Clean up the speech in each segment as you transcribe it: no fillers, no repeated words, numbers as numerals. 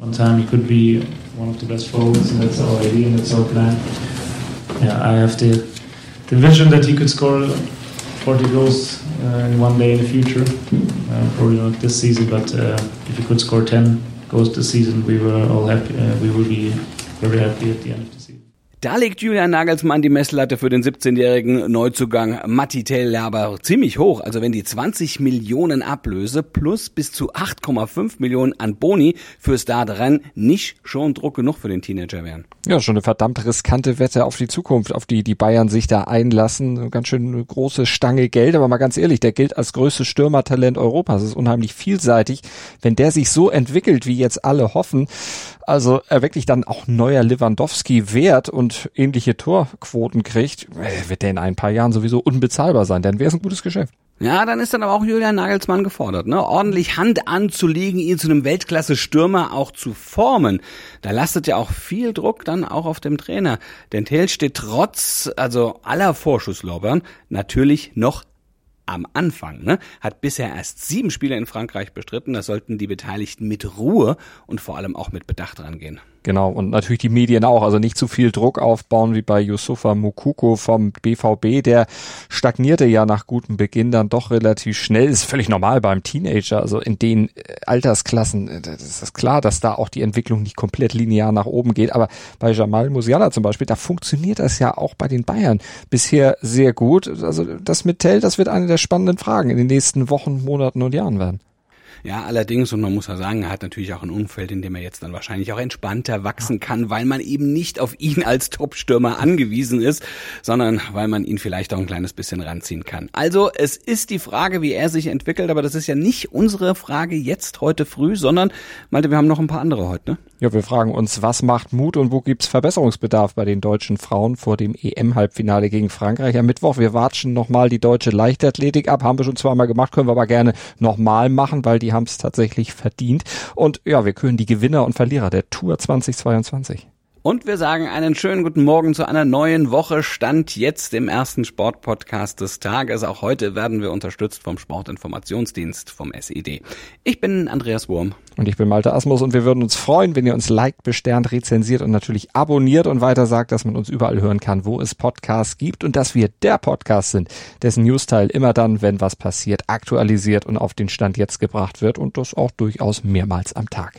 One time he could be one of the best forwards, and that's our idea and that's our plan. Yeah, I have the vision that he could score 40 goals in one day in the future. Probably not this season, but if he could score 10 goals this season, we were all happy. We will be very happy at the end of the season. Da legt Julian Nagelsmann die Messlatte für den 17-jährigen Neuzugang Matti Tell aber ziemlich hoch. Also wenn die 20 Millionen Ablöse plus bis zu 8,5 Millionen an Boni fürs Startrennen nicht schon Druck genug für den Teenager wären. Ja, schon eine verdammt riskante Wette auf die Zukunft, auf die Bayern sich da einlassen. Eine ganz schön große Stange Geld, aber mal ganz ehrlich, der gilt als größtes Stürmertalent Europas. Das ist unheimlich vielseitig. Wenn der sich so entwickelt, wie jetzt alle hoffen, also er wirklich dann auch neuer Lewandowski wert und ähnliche Torquoten kriegt, wird der in ein paar Jahren sowieso unbezahlbar sein. Dann wäre es ein gutes Geschäft. Ja, dann ist dann aber auch Julian Nagelsmann gefordert, ne? Ordentlich Hand anzulegen, ihn zu einem Weltklasse-Stürmer auch zu formen. Da lastet ja auch viel Druck dann auch auf dem Trainer. Denn Tell steht trotz aller Vorschusslorbeeren natürlich noch am Anfang, ne? Hat bisher erst 7 Spiele in Frankreich bestritten. Da sollten die Beteiligten mit Ruhe und vor allem auch mit Bedacht rangehen. Genau, und natürlich die Medien auch, also nicht zu viel Druck aufbauen wie bei Youssoufa Moukoko vom BVB, der stagnierte ja nach gutem Beginn dann doch relativ schnell, ist völlig normal beim Teenager, also in den Altersklassen, das ist klar, dass da auch die Entwicklung nicht komplett linear nach oben geht, aber bei Jamal Musiala zum Beispiel, da funktioniert das ja auch bei den Bayern bisher sehr gut, also das mit Tell, das wird eine der spannenden Fragen in den nächsten Wochen, Monaten und Jahren werden. Ja, allerdings, und man muss ja sagen, er hat natürlich auch ein Umfeld, in dem er jetzt dann wahrscheinlich auch entspannter wachsen kann, weil man eben nicht auf ihn als Top-Stürmer angewiesen ist, sondern weil man ihn vielleicht auch ein kleines bisschen ranziehen kann. Also, es ist die Frage, wie er sich entwickelt, aber das ist ja nicht unsere Frage jetzt, heute früh, sondern, Malte, wir haben noch ein paar andere heute, ne? Ja, wir fragen uns, was macht Mut und wo gibt's Verbesserungsbedarf bei den deutschen Frauen vor dem EM-Halbfinale gegen Frankreich am Mittwoch? Wir watschen nochmal die deutsche Leichtathletik ab, haben wir schon zweimal gemacht, können wir aber gerne nochmal machen, weil die haben es tatsächlich verdient. Und ja, wir küren die Gewinner und Verlierer der Tour 2022. Und wir sagen einen schönen guten Morgen zu einer neuen Woche. Stand jetzt im ersten Sportpodcast des Tages. Auch heute werden wir unterstützt vom Sportinformationsdienst vom SED. Ich bin Andreas Wurm. Und ich bin Malte Asmus und wir würden uns freuen, wenn ihr uns liked, besternt, rezensiert und natürlich abonniert und weiter sagt, dass man uns überall hören kann, wo es Podcasts gibt und dass wir der Podcast sind, dessen Newsteil immer dann, wenn was passiert, aktualisiert und auf den Stand jetzt gebracht wird und das auch durchaus mehrmals am Tag.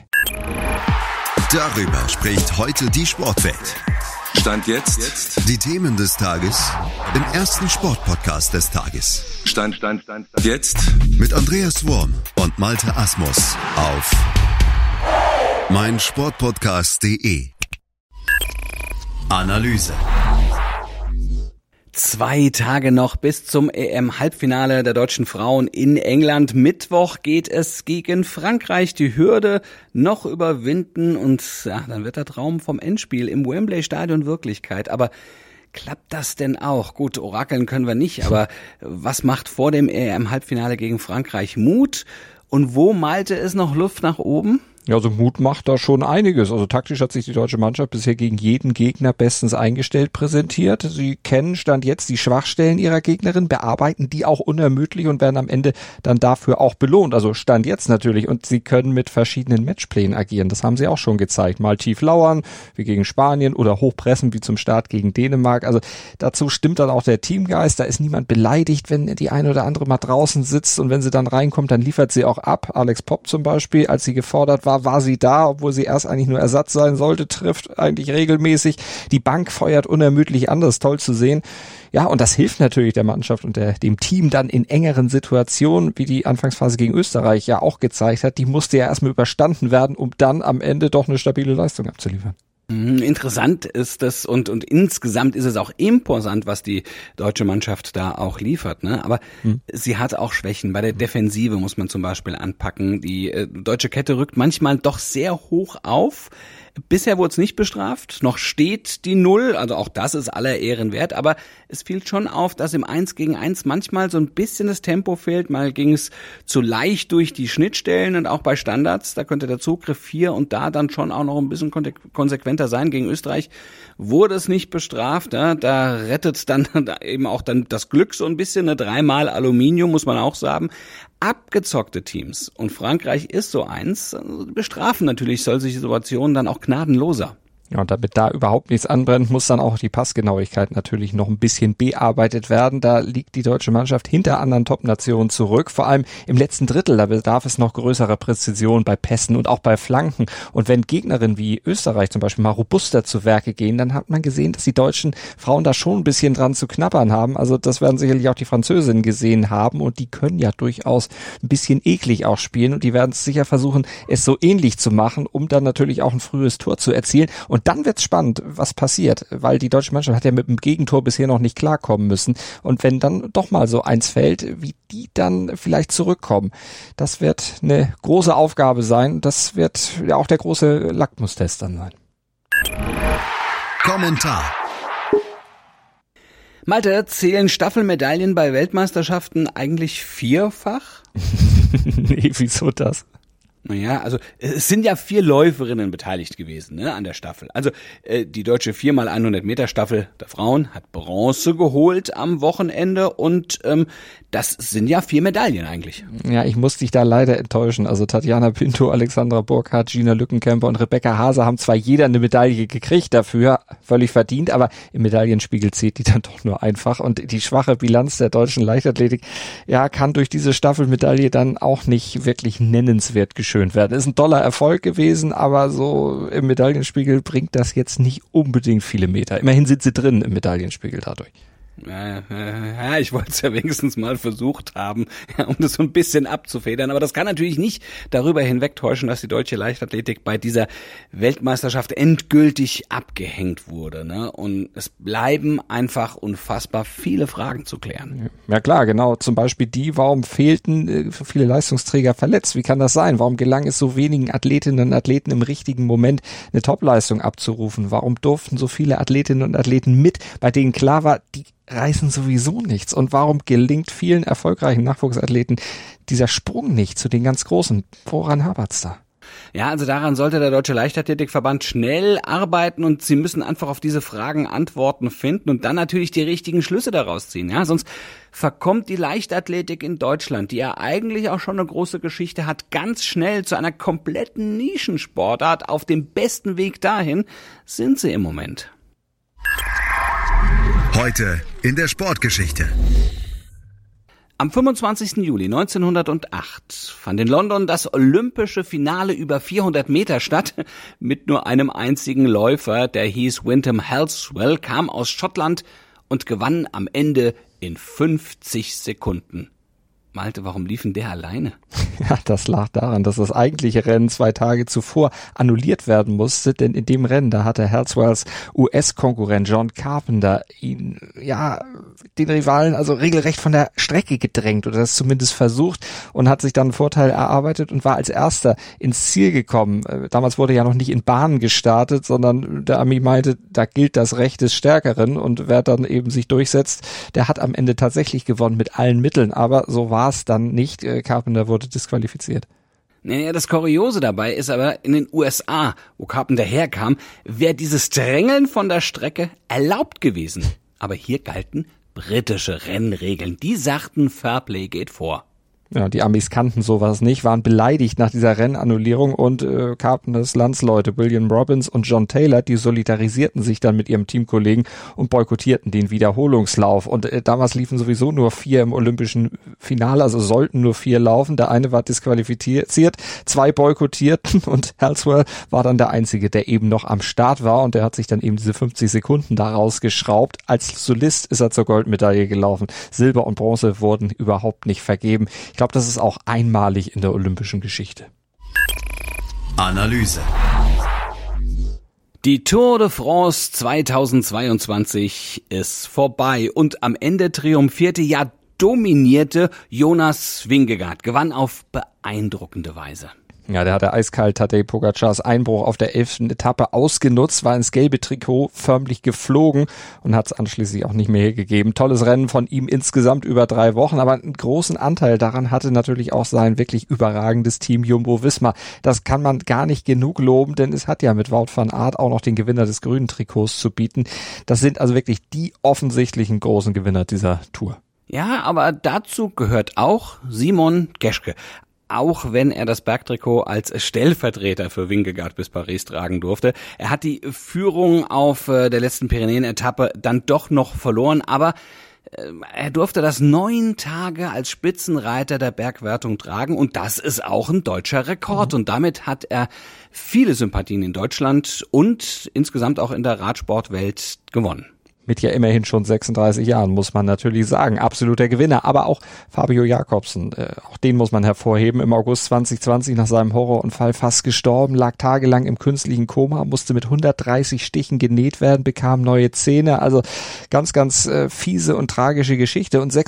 Darüber spricht heute die Sportwelt. Stand jetzt. Die Themen des Tages im ersten Sportpodcast des Tages. Stand jetzt. Mit Andreas Wurm und Malte Asmus auf meinsportpodcast.de. Analyse. 2 Tage noch bis zum EM-Halbfinale der deutschen Frauen in England. Mittwoch geht es gegen Frankreich. Die Hürde noch überwinden und ja, dann wird der Traum vom Endspiel im Wembley-Stadion Wirklichkeit. Aber klappt das denn auch? Gut, orakeln können wir nicht, aber was macht vor dem EM-Halbfinale gegen Frankreich Mut? Und wo, Malte, ist noch Luft nach oben? Ja, also Mut macht da schon einiges. Also taktisch hat sich die deutsche Mannschaft bisher gegen jeden Gegner bestens eingestellt präsentiert. Sie kennen Stand jetzt die Schwachstellen ihrer Gegnerin, bearbeiten die auch unermüdlich und werden am Ende dann dafür auch belohnt. Also Stand jetzt natürlich. Und sie können mit verschiedenen Matchplänen agieren. Das haben sie auch schon gezeigt. Mal tief lauern, wie gegen Spanien, oder hochpressen, wie zum Start gegen Dänemark. Also dazu stimmt dann auch der Teamgeist. Da ist niemand beleidigt, wenn die eine oder andere mal draußen sitzt. Und wenn sie dann reinkommt, dann liefert sie auch ab. Alex Popp zum Beispiel, als sie gefordert war sie da, obwohl sie erst eigentlich nur Ersatz sein sollte, trifft eigentlich regelmäßig. Die Bank feuert unermüdlich an, das ist toll zu sehen. Ja, und das hilft natürlich der Mannschaft und dem Team dann in engeren Situationen, wie die Anfangsphase gegen Österreich ja auch gezeigt hat. Die musste ja erstmal überstanden werden, um dann am Ende doch eine stabile Leistung abzuliefern. Interessant ist das und insgesamt ist es auch imposant, was die deutsche Mannschaft da auch liefert, ne? Aber sie hat auch Schwächen. Bei der Defensive muss man zum Beispiel anpacken. Die deutsche Kette rückt manchmal doch sehr hoch auf. Bisher wurde es nicht bestraft, noch steht die 0, also auch das ist aller Ehren wert, aber es fiel schon auf, dass im 1 gegen 1 manchmal so ein bisschen das Tempo fehlt, mal ging es zu leicht durch die Schnittstellen und auch bei Standards, da könnte der Zugriff hier und da dann schon auch noch ein bisschen konsequenter sein. Gegen Österreich wurde es nicht bestraft, ja, da rettet dann eben auch dann das Glück so ein bisschen, 3-mal Aluminium, muss man auch sagen. Abgezockte Teams, und Frankreich ist so eins, bestrafen natürlich solche Situationen dann auch gnadenloser. Ja, und damit da überhaupt nichts anbrennt, muss dann auch die Passgenauigkeit natürlich noch ein bisschen bearbeitet werden. Da liegt die deutsche Mannschaft hinter anderen Top-Nationen zurück. Vor allem im letzten Drittel, da bedarf es noch größerer Präzision bei Pässen und auch bei Flanken. Und wenn Gegnerinnen wie Österreich zum Beispiel mal robuster zu Werke gehen, dann hat man gesehen, dass die deutschen Frauen da schon ein bisschen dran zu knabbern haben. Also das werden sicherlich auch die Französinnen gesehen haben, und die können ja durchaus ein bisschen eklig auch spielen, und die werden es sicher versuchen, es so ähnlich zu machen, um dann natürlich auch ein frühes Tor zu erzielen. Und dann wird's spannend, was passiert, weil die deutsche Mannschaft hat ja mit dem Gegentor bisher noch nicht klarkommen müssen. Und wenn dann doch mal so eins fällt, wie die dann vielleicht zurückkommen, das wird eine große Aufgabe sein. Das wird ja auch der große Lackmustest dann sein. Kommentar. Malte, zählen Staffelmedaillen bei Weltmeisterschaften eigentlich vierfach? Nee, wieso das? Naja, also es sind ja 4 Läuferinnen beteiligt gewesen, an der Staffel. Also die deutsche 4x100 Meter Staffel der Frauen hat Bronze geholt am Wochenende, und das sind ja 4 Medaillen eigentlich. Ja, ich muss dich da leider enttäuschen. Also Tatjana Pinto, Alexandra Burkhardt, Gina Lückenkämper und Rebecca Haase haben zwar jeder eine Medaille gekriegt dafür, völlig verdient, aber im Medaillenspiegel zählt die dann doch nur einfach. Und die schwache Bilanz der deutschen Leichtathletik, ja, kann durch diese Staffelmedaille dann auch nicht wirklich nennenswert geschönt werden. Ist ein toller Erfolg gewesen, aber so im Medaillenspiegel bringt das jetzt nicht unbedingt viele Meter. Immerhin sind sie drin im Medaillenspiegel dadurch. Ja, ich wollte es ja wenigstens mal versucht haben, um das so ein bisschen abzufedern. Aber das kann natürlich nicht darüber hinwegtäuschen, dass die deutsche Leichtathletik bei dieser Weltmeisterschaft endgültig abgehängt wurde. Und es bleiben einfach unfassbar viele Fragen zu klären. Ja klar, genau. Zum Beispiel warum fehlten so viele Leistungsträger verletzt? Wie kann das sein? Warum gelang es so wenigen Athletinnen und Athleten im richtigen Moment eine Topleistung abzurufen? Warum durften so viele Athletinnen und Athleten mit, bei denen klar war, die reißen sowieso nichts? Und warum gelingt vielen erfolgreichen Nachwuchsathleten dieser Sprung nicht zu den ganz Großen? Woran hapert's da? Ja, also daran sollte der Deutsche Leichtathletikverband schnell arbeiten, und sie müssen einfach auf diese Fragen Antworten finden und dann natürlich die richtigen Schlüsse daraus ziehen. Ja, sonst verkommt die Leichtathletik in Deutschland, die ja eigentlich auch schon eine große Geschichte hat, ganz schnell zu einer kompletten Nischensportart. Auf dem besten Weg dahin sind sie im Moment. Heute in der Sportgeschichte. Am 25. Juli 1908 fand in London das olympische Finale über 400 Meter statt, mit nur einem einzigen Läufer, der hieß Wyndham Halswell, kam aus Schottland und gewann am Ende in 50 Sekunden. Malte, warum lief denn der alleine? Ja, das lag daran, dass das eigentliche Rennen 2 Tage zuvor annulliert werden musste, denn in dem Rennen, da hatte Halswells US-Konkurrent John Carpenter ihn, ja, den Rivalen also regelrecht von der Strecke gedrängt oder das zumindest versucht, und hat sich dann einen Vorteil erarbeitet und war als Erster ins Ziel gekommen. Damals wurde ja noch nicht in Bahnen gestartet, sondern der Ami meinte, da gilt das Recht des Stärkeren, und wer dann eben sich durchsetzt, der hat am Ende tatsächlich gewonnen mit allen Mitteln, aber so war es dann nicht. Carpenter wurde disqualifiziert. Naja, das Kuriose dabei ist aber, in den USA, wo Carpenter herkam, wäre dieses Drängeln von der Strecke erlaubt gewesen. Aber hier galten britische Rennregeln. Die sagten, Fairplay geht vor. Ja, die Amis kannten sowas nicht, waren beleidigt nach dieser Rennannullierung, und Carpenters Landsleute William Robbins und John Taylor, die solidarisierten sich dann mit ihrem Teamkollegen und boykottierten den Wiederholungslauf. Und damals liefen sowieso nur 4 im olympischen Finale, also sollten nur 4 laufen. Der eine war disqualifiziert, 2 boykottierten, und Halswell war dann der Einzige, der eben noch am Start war, und der hat sich dann eben diese 50 Sekunden daraus geschraubt. Als Solist ist er zur Goldmedaille gelaufen. Silber und Bronze wurden überhaupt nicht vergeben. Ich glaube, das ist auch einmalig in der olympischen Geschichte. Analyse. Die Tour de France 2022 ist vorbei, und am Ende triumphierte, dominierte Jonas Vingegaard, gewann auf beeindruckende Weise. Ja, der hatte eiskalt Tadej Pogacars Einbruch auf der 11. Etappe ausgenutzt, war ins gelbe Trikot förmlich geflogen und hat es anschließend auch nicht mehr hergegeben. Tolles Rennen von ihm insgesamt über 3 Wochen, aber einen großen Anteil daran hatte natürlich auch sein wirklich überragendes Team Jumbo-Visma. Das kann man gar nicht genug loben, denn es hat ja mit Wout van Aert auch noch den Gewinner des grünen Trikots zu bieten. Das sind also wirklich die offensichtlichen großen Gewinner dieser Tour. Ja, aber dazu gehört auch Simon Geschke. Auch wenn er das Bergtrikot als Stellvertreter für Vingegaard bis Paris tragen durfte. Er hat die Führung auf der letzten Pyrenäen-Etappe dann doch noch verloren, aber er durfte das 9 Tage als Spitzenreiter der Bergwertung tragen und das ist auch ein deutscher Rekord. Und damit hat er viele Sympathien in Deutschland und insgesamt auch in der Radsportwelt gewonnen. Mit ja immerhin schon 36 Jahren, muss man natürlich sagen. Absoluter Gewinner. Aber auch Fabio Jakobsen, auch den muss man hervorheben. Im August 2020 nach seinem Horrorunfall fast gestorben, lag tagelang im künstlichen Koma, musste mit 130 Stichen genäht werden, bekam neue Zähne. Also ganz, ganz fiese und tragische Geschichte. Und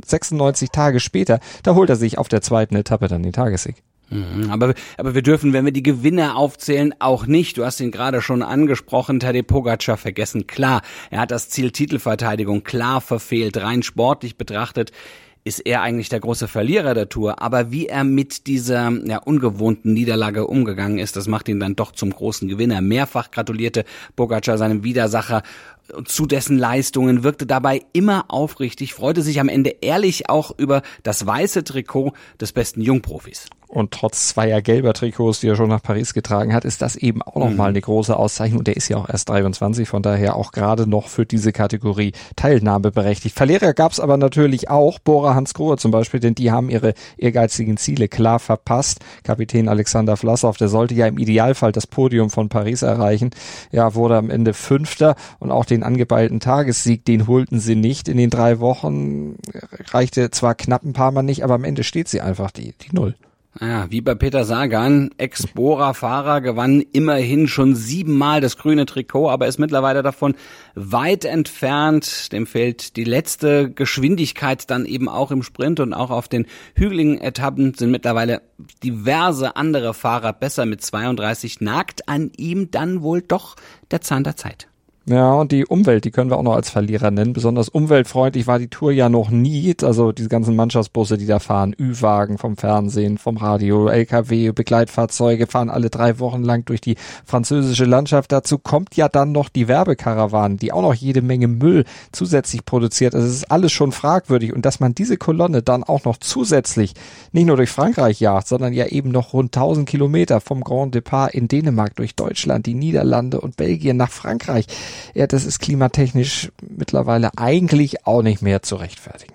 696 Tage später, da holt er sich auf der 2. Etappe dann den Tagessieg. Aber wir dürfen, wenn wir die Gewinner aufzählen, auch nicht, du hast ihn gerade schon angesprochen, Tadej Pogacar vergessen. Klar, er hat das Ziel Titelverteidigung klar verfehlt, rein sportlich betrachtet ist er eigentlich der große Verlierer der Tour. Aber wie er mit dieser ungewohnten Niederlage umgegangen ist, das macht ihn dann doch zum großen Gewinner. Mehrfach gratulierte Pogacar seinem Widersacher zu dessen Leistungen, wirkte dabei immer aufrichtig, freute sich am Ende ehrlich auch über das weiße Trikot des besten Jungprofis. Und trotz 2 gelber Trikots, die er schon nach Paris getragen hat, ist das eben auch nochmal eine große Auszeichnung. Und der ist ja auch erst 23, von daher auch gerade noch für diese Kategorie teilnahmeberechtigt. Verlierer gab es aber natürlich auch. Bora Hansgrohe zum Beispiel, denn die haben ihre ehrgeizigen Ziele klar verpasst. Kapitän Alexander Vlasov, der sollte ja im Idealfall das Podium von Paris erreichen. Ja, wurde am Ende 5. und auch den angepeilten Tagessieg, den holten sie nicht. In den 3 Wochen reichte zwar knapp ein paar Mal nicht, aber am Ende steht sie einfach die 0. Ja, wie bei Peter Sagan, Ex-Bora-Fahrer, gewann immerhin schon 7-mal das grüne Trikot, aber ist mittlerweile davon weit entfernt. Dem fehlt die letzte Geschwindigkeit dann eben auch im Sprint und auch auf den hügeligen Etappen sind mittlerweile diverse andere Fahrer besser mit 32. Nagt an ihm dann wohl doch der Zahn der Zeit. Ja, und die Umwelt, die können wir auch noch als Verlierer nennen. Besonders umweltfreundlich war die Tour ja noch nie. Also diese ganzen Mannschaftsbusse, die da fahren, Ü-Wagen vom Fernsehen, vom Radio, LKW, Begleitfahrzeuge, fahren alle 3 Wochen lang durch die französische Landschaft. Dazu kommt ja dann noch die Werbekarawanen, die auch noch jede Menge Müll zusätzlich produziert. Also es ist alles schon fragwürdig. Und dass man diese Kolonne dann auch noch zusätzlich nicht nur durch Frankreich jagt, sondern ja eben noch rund 1000 Kilometer vom Grand Départ in Dänemark durch Deutschland, die Niederlande und Belgien nach Frankreich. Ja, das ist klimatechnisch mittlerweile eigentlich auch nicht mehr zu rechtfertigen.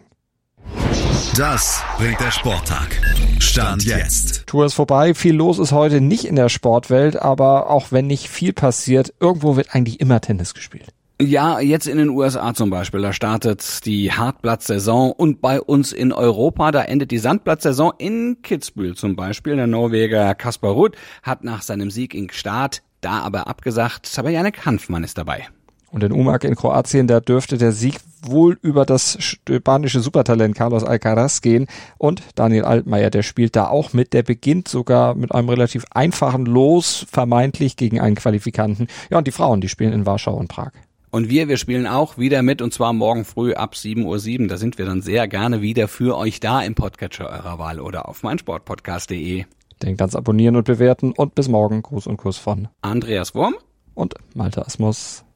Das bringt der Sporttag. Stand jetzt. Tour ist vorbei, viel los ist heute nicht in der Sportwelt, aber auch wenn nicht viel passiert, irgendwo wird eigentlich immer Tennis gespielt. Ja, jetzt in den USA zum Beispiel, da startet die Hartplatz-Saison und bei uns in Europa, da endet die Sandplatz-Saison in Kitzbühel zum Beispiel. Der Norweger Kaspar Ruud hat nach seinem Sieg in Gstaad da aber abgesagt, aber Jannik Hanfmann ist dabei. Und in Umag in Kroatien, da dürfte der Sieg wohl über das spanische Supertalent Carlos Alcaraz gehen. Und Daniel Altmaier, der spielt da auch mit. Der beginnt sogar mit einem relativ einfachen Los, vermeintlich gegen einen Qualifikanten. Ja, und die Frauen, die spielen in Warschau und Prag. Und wir spielen auch wieder mit, und zwar morgen früh ab 7:07 Uhr. Da sind wir dann sehr gerne wieder für euch da im Podcatcher eurer Wahl oder auf meinsportpodcast.de. Denkt ans Abonnieren und Bewerten und bis morgen. Gruß und Kuss von Andreas Wurm und Malte Asmus.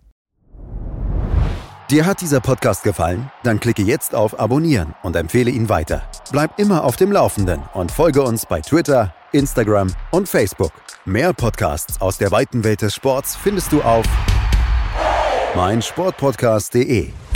Dir hat dieser Podcast gefallen? Dann klicke jetzt auf Abonnieren und empfehle ihn weiter. Bleib immer auf dem Laufenden und folge uns bei Twitter, Instagram und Facebook. Mehr Podcasts aus der weiten Welt des Sports findest du auf meinsportpodcast.de.